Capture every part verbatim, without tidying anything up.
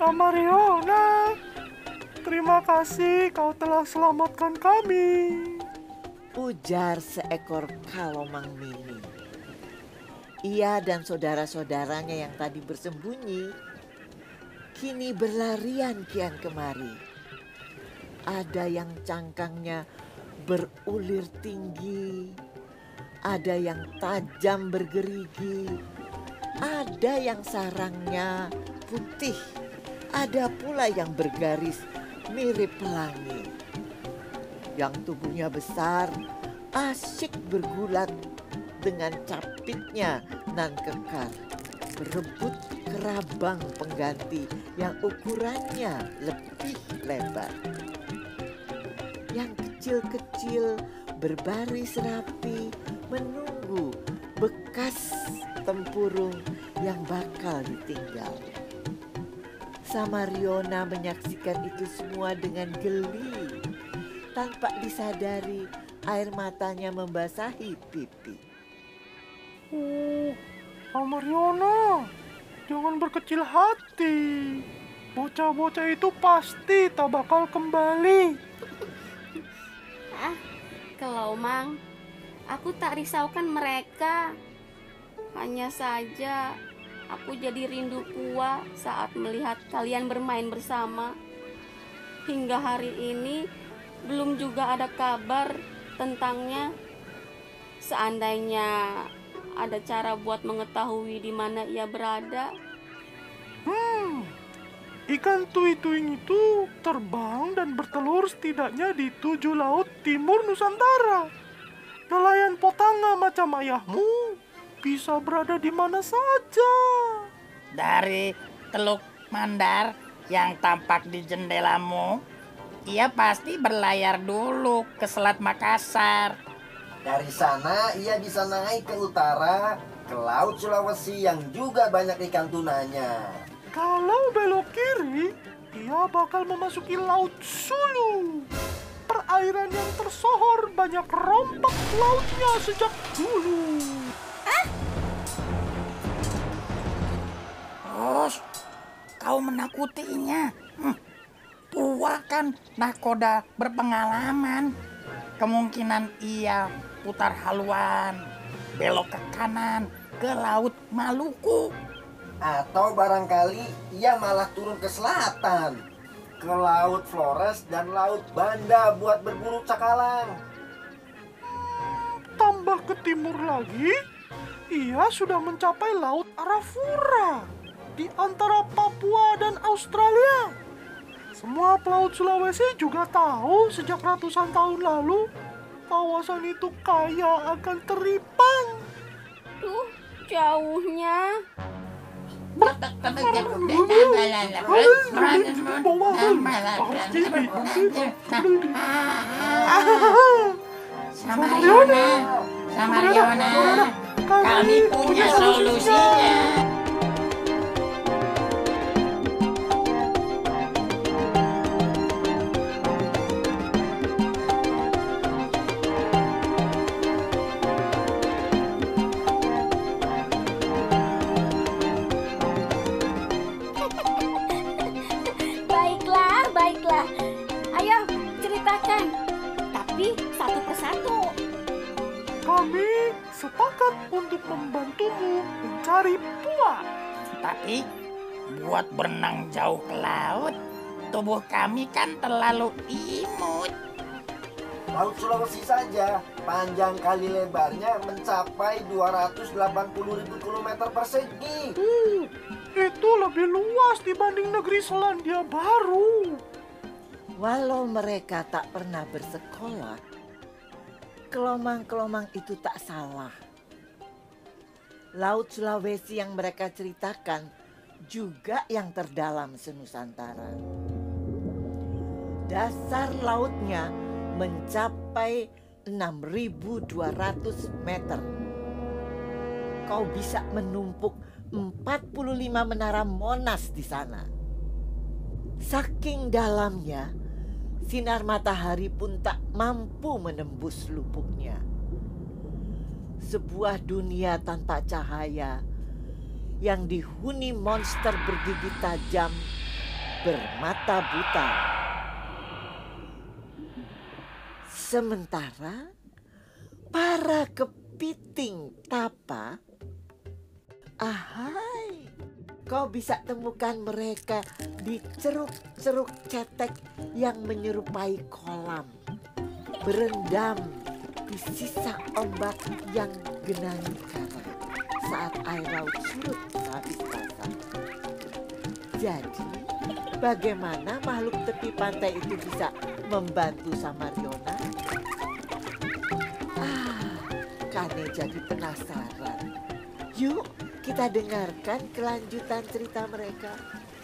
Samariona, terima kasih kau telah selamatkan kami, ujar seekor kalomang mini. Ia dan saudara-saudaranya yang tadi bersembunyi, kini berlarian kian kemari. Ada yang cangkangnya berulir tinggi, ada yang tajam bergerigi, ada yang sarangnya putih, ada pula yang bergaris mirip pelangi. Yang tubuhnya besar, asyik bergulat dengan capitnya nan kekar, berebut kerabang pengganti yang ukurannya lebih lebar. Yang kecil-kecil berbaris rapi menunggu bekas tempurung yang bakal ditinggal. Samariona menyaksikan itu semua dengan geli. Tanpa disadari, air matanya membasahi pipi. Oh, Samariona, jangan berkecil hati. Bocah-bocah itu pasti tak bakal kembali. Ah, Kelomang, aku tak risaukan mereka. Hanya saja aku jadi rindu Pua saat melihat kalian bermain bersama. Hingga hari ini belum juga ada kabar tentangnya. Seandainya ada cara buat mengetahui di mana ia berada. Hmm, ikan tui-tuing itu terbang dan bertelur setidaknya di tujuh laut timur Nusantara. Nelayan potanga macam ayahmu bisa berada di mana saja. Dari Teluk Mandar yang tampak di jendelamu, ia pasti berlayar dulu ke Selat Makassar. Dari sana ia bisa naik ke utara, ke Laut Sulawesi yang juga banyak ikan tunanya. Kalau belok kiri, ia bakal memasuki Laut Sulu. Perairan yang tersohor banyak rompak lautnya sejak dulu. Terus, kau menakutinya. Hm. Pua kan nakoda berpengalaman. Kemungkinan ia putar haluan, belok ke kanan, ke Laut Maluku. Atau barangkali ia malah turun ke selatan, ke Laut Flores dan Laut Banda buat berburu cakalang. Tambah ke timur lagi, ia sudah mencapai Laut Arafura di antara Papua dan Australia. Semua pelaut Sulawesi juga tahu sejak ratusan tahun lalu kawasan itu kaya akan teripang. Tuh, jauhnya. Samariona, Samariona, kami punya solusinya. Baiklah, baiklah. Ayo, ceritakan. Tapi satu persatu. Kami sepakat untuk membantumu mencari Pua. Tapi buat berenang jauh ke laut, tubuh kami kan terlalu imut. Laut Sulawesi saja, panjang kali lebarnya mencapai dua ratus delapan puluh ribu kilometer persegi. Uh, itu lebih luas dibanding negeri Selandia Baru. Walau mereka tak pernah bersekolah, kelomang-kelomang itu tak salah. Laut Sulawesi yang mereka ceritakan juga yang terdalam senusantara. Dasar lautnya mencapai enam ribu dua ratus meter. Kau bisa menumpuk empat puluh lima menara Monas di sana. Saking dalamnya, sinar matahari pun tak mampu menembus lubuknya. Sebuah dunia tanpa cahaya yang dihuni monster bergigi tajam bermata buta. Sementara para kepiting tapa, ahai, kau bisa temukan mereka di ceruk-ceruk cetek yang menyerupai kolam, berendam di sisa ombak yang genangi karang saat air laut surut habis pasang. Jadi, bagaimana makhluk tepi pantai itu bisa membantu Samariona? Ah, Kane jadi penasaran. Yuk, kita dengarkan kelanjutan cerita mereka.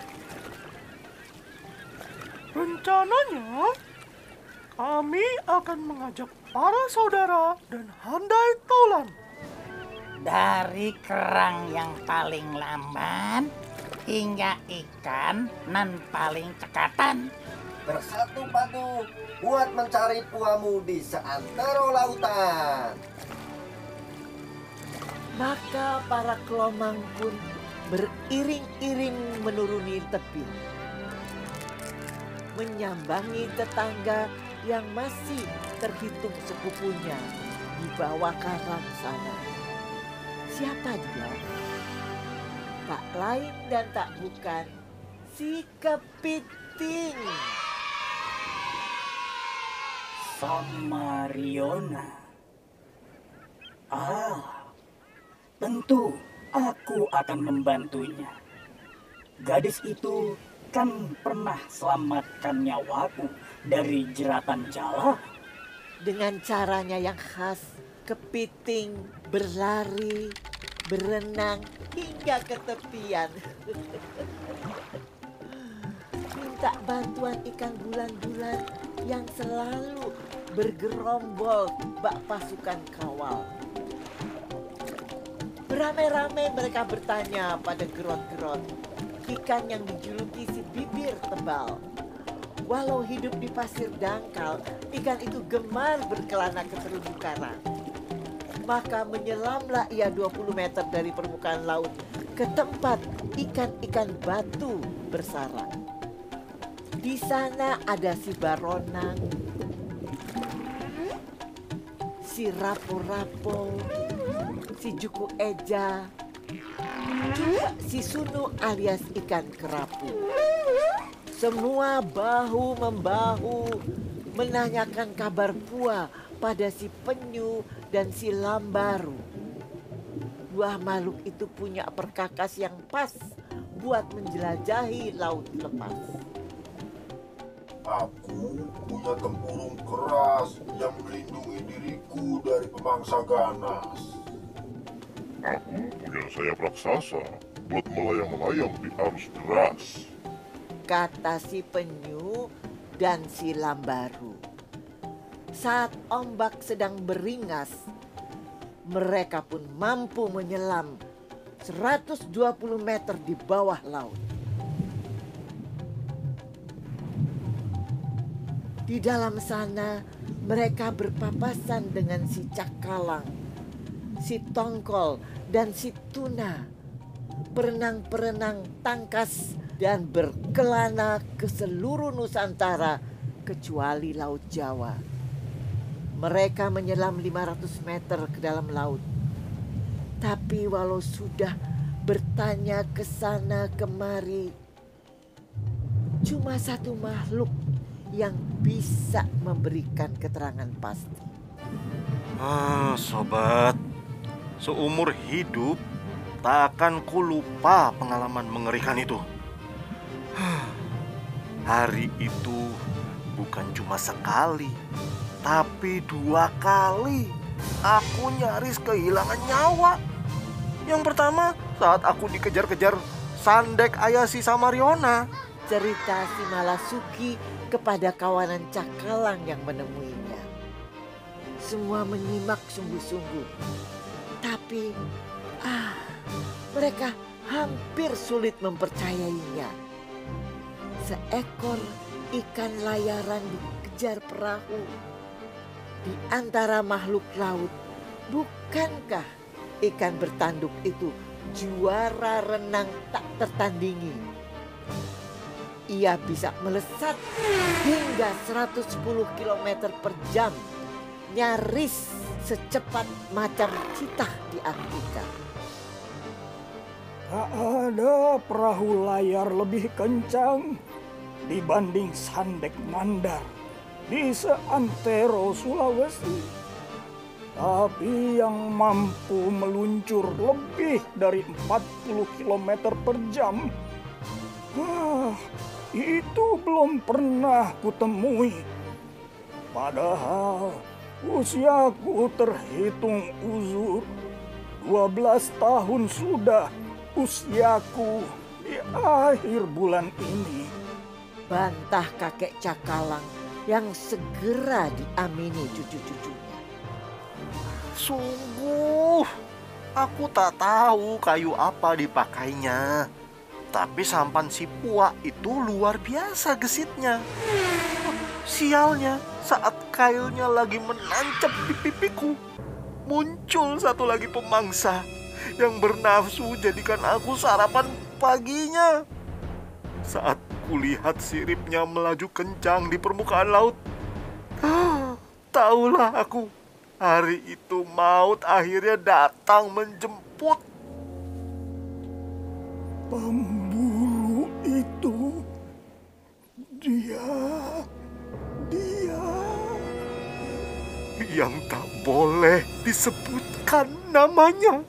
Rencananya, kami akan mengajak para saudara dan handai taulan. Dari kerang yang paling lamban hingga ikan nan paling cekatan. Bersatu padu buat mencari puamu di seantero lautan. Maka para kelomang pun beriring-iring menuruni tepi, menyambangi tetangga yang masih terhitung sepupunya di bawah karang sana. Siapa dia? Tak lain dan tak bukan si kepiting. Samariona. Ah, tentu aku akan membantunya. Gadis itu kan pernah selamatkan nyawaku dari jeratan jala. Dengan caranya yang khas, kepiting berlari, berenang hingga ke tepian. Minta bantuan ikan bulan-bulan yang selalu bergerombol bak pasukan kawal. Beramai-ramai mereka bertanya pada gerot-gerot, ikan yang dijuluki si bibir tebal. Walau hidup di pasir dangkal, ikan itu gemar berkelana ke terumbu karang. Maka menyelamlah ia dua puluh meter dari permukaan laut ke tempat ikan-ikan batu bersarang. Di sana ada si baronang, si rapo-rapo, si juku eja, juga si sunu alias ikan kerapu. Semua bahu-membahu menanyakan kabar Pua pada si penyu dan si lambaru. Dua makhluk itu punya perkakas yang pas buat menjelajahi laut lepas. Aku punya tempurung keras yang melindungi diriku dari pemangsa ganas. Aku punya sayap raksasa buat melayang-layang di arus deras, kata si penyu dan si lambaru. Saat ombak sedang beringas, mereka pun mampu menyelam seratus dua puluh meter di bawah laut. Di dalam sana, mereka berpapasan dengan si cakalang, si tongkol, dan si tuna. Perenang-perenang tangkas dan berkelana ke seluruh Nusantara kecuali Laut Jawa. Mereka menyelam lima ratus meter ke dalam laut. Tapi walau sudah bertanya ke sana kemari, cuma satu makhluk yang bisa memberikan keterangan pasti. Ah, sobat, seumur hidup tak akan ku lupa pengalaman mengerikan itu. Hari itu bukan cuma sekali, tapi dua kali aku nyaris kehilangan nyawa. Yang pertama saat aku dikejar-kejar Sandek ayah si Samariona. Cerita si Malasuki kepada kawanan cakalang yang menemuinya. Semua menyimak sungguh-sungguh. Tapi, ah, mereka hampir sulit mempercayainya. Seekor ikan layaran dikejar perahu. Di antara makhluk laut, bukankah ikan bertanduk itu juara renang tak tertandingi? ia bisa melesat hingga seratus sepuluh kilometer per jam, nyaris secepat macan citah di Arktika. Tak ada perahu layar lebih kencang dibanding Sandek Mandar di seantero Sulawesi. Tapi yang mampu meluncur lebih dari empat puluh kilometer per jam, ah, itu belum pernah kutemui. Padahal usiaku terhitung uzur. dua belas tahun sudah usiaku di akhir bulan ini. Bantah kakek Cakalang yang segera diamini cucu-cucunya. Sungguh, aku tak tahu kayu apa dipakainya. Tapi sampan si Puak itu luar biasa gesitnya. Sialnya, saat kayunya lagi menancap di pipiku, muncul satu lagi pemangsa yang bernafsu jadikan aku sarapan paginya. Saat kulihat siripnya melaju kencang di permukaan laut, ah, tahulah aku, hari itu maut akhirnya datang menjemput. Pemburu itu, dia, dia yang tak boleh disebutkan namanya.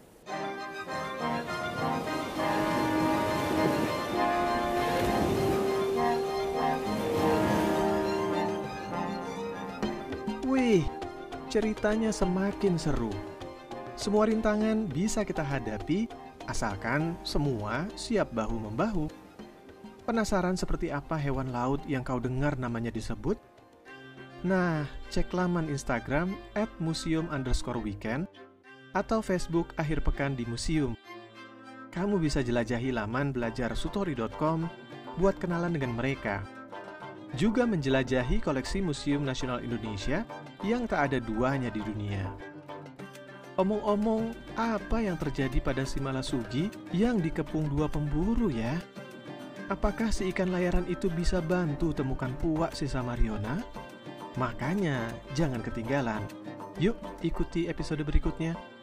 Wih, ceritanya semakin seru. Semua rintangan bisa kita hadapi asalkan semua siap bahu-membahu. Penasaran seperti apa hewan laut yang kau dengar namanya disebut? Nah, cek laman Instagram at museum underscore weekend atau Facebook Akhir Pekan di Museum. Kamu bisa jelajahi laman belajar sutori dot com buat kenalan dengan mereka. Juga menjelajahi koleksi Museum Nasional Indonesia yang tak ada duanya di dunia. Omong-omong, apa yang terjadi pada si Malasugi yang dikepung dua pemburu ya? Apakah si ikan layaran itu bisa bantu temukan Puak si Samariona? Makanya jangan ketinggalan. Yuk ikuti episode berikutnya.